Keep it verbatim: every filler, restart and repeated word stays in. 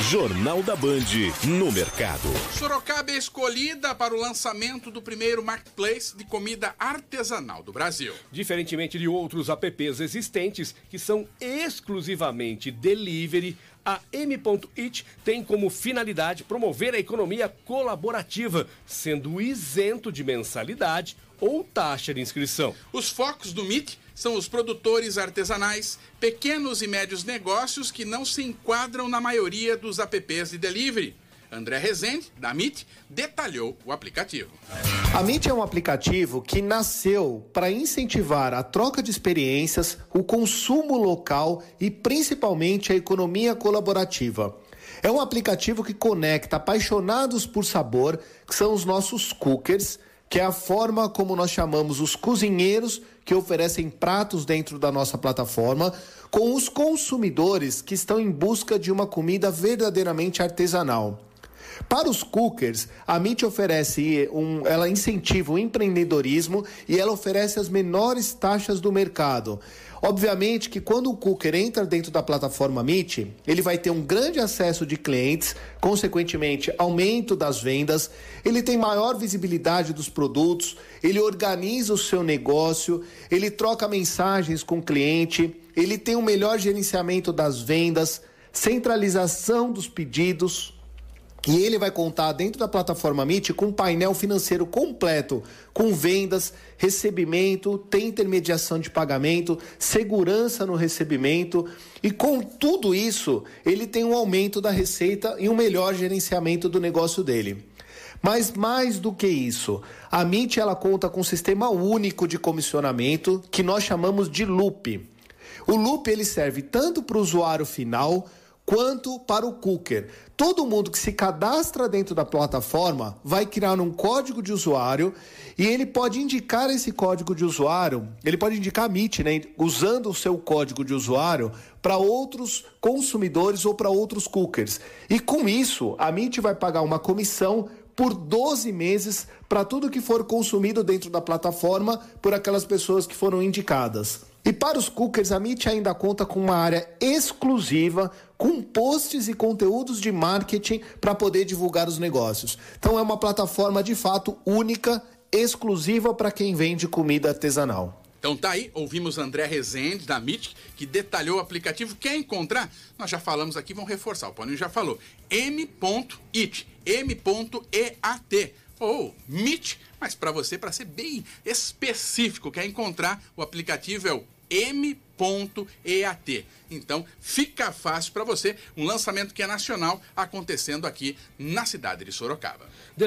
Jornal da Band no mercado. Sorocaba é escolhida para o lançamento do primeiro marketplace de comida artesanal do Brasil. Diferentemente de outros apps existentes, que são exclusivamente delivery, a M.It tem como finalidade promover a economia colaborativa, sendo isento de mensalidade ou taxa de inscrição. Os focos do M I T são os produtores artesanais, pequenos e médios negócios que não se enquadram na maioria dos apps de delivery. André Rezende, da M I T, detalhou o aplicativo. A M I T é um aplicativo que nasceu para incentivar a troca de experiências, o consumo local e principalmente a economia colaborativa. É um aplicativo que conecta apaixonados por sabor, que são os nossos cookers, que é a forma como nós chamamos os cozinheiros que oferecem pratos dentro da nossa plataforma, com os consumidores que estão em busca de uma comida verdadeiramente artesanal. Para os cookers, a M I T oferece um, ela incentiva o empreendedorismo e ela oferece as menores taxas do mercado. Obviamente que quando o cooker entra dentro da plataforma M I T, ele vai ter um grande acesso de clientes, consequentemente aumento das vendas, ele tem maior visibilidade dos produtos, ele organiza o seu negócio, ele troca mensagens com o cliente, ele tem um melhor gerenciamento das vendas, centralização dos pedidos. E ele vai contar dentro da plataforma M I T com um painel financeiro completo, com vendas, recebimento, tem intermediação de pagamento, segurança no recebimento. E com tudo isso, ele tem um aumento da receita e um melhor gerenciamento do negócio dele. Mas mais do que isso, a M I T ela conta com um sistema único de comissionamento que nós chamamos de Loop. O Loop ele serve tanto para o usuário final quanto para o cooker. Todo mundo que se cadastra dentro da plataforma vai criar um código de usuário e ele pode indicar esse código de usuário, ele pode indicar a M I T, né, usando o seu código de usuário para outros consumidores ou para outros cookers. E com isso, a M I T vai pagar uma comissão por doze meses para tudo que for consumido dentro da plataforma por aquelas pessoas que foram indicadas. E para os cookers, a M I T ainda conta com uma área exclusiva, com posts e conteúdos de marketing para poder divulgar os negócios. Então é uma plataforma de fato única, exclusiva para quem vende comida artesanal. Então tá aí, ouvimos André Rezende, da M I T, que detalhou o aplicativo. Quer encontrar? Nós já falamos aqui, vamos reforçar, o Paulinho já falou. M.It, M.E.A.T. ou M I T, mas para você, para ser bem específico, quer encontrar, o aplicativo é o M.E.A.T. Então, fica fácil para você, um lançamento que é nacional acontecendo aqui na cidade de Sorocaba.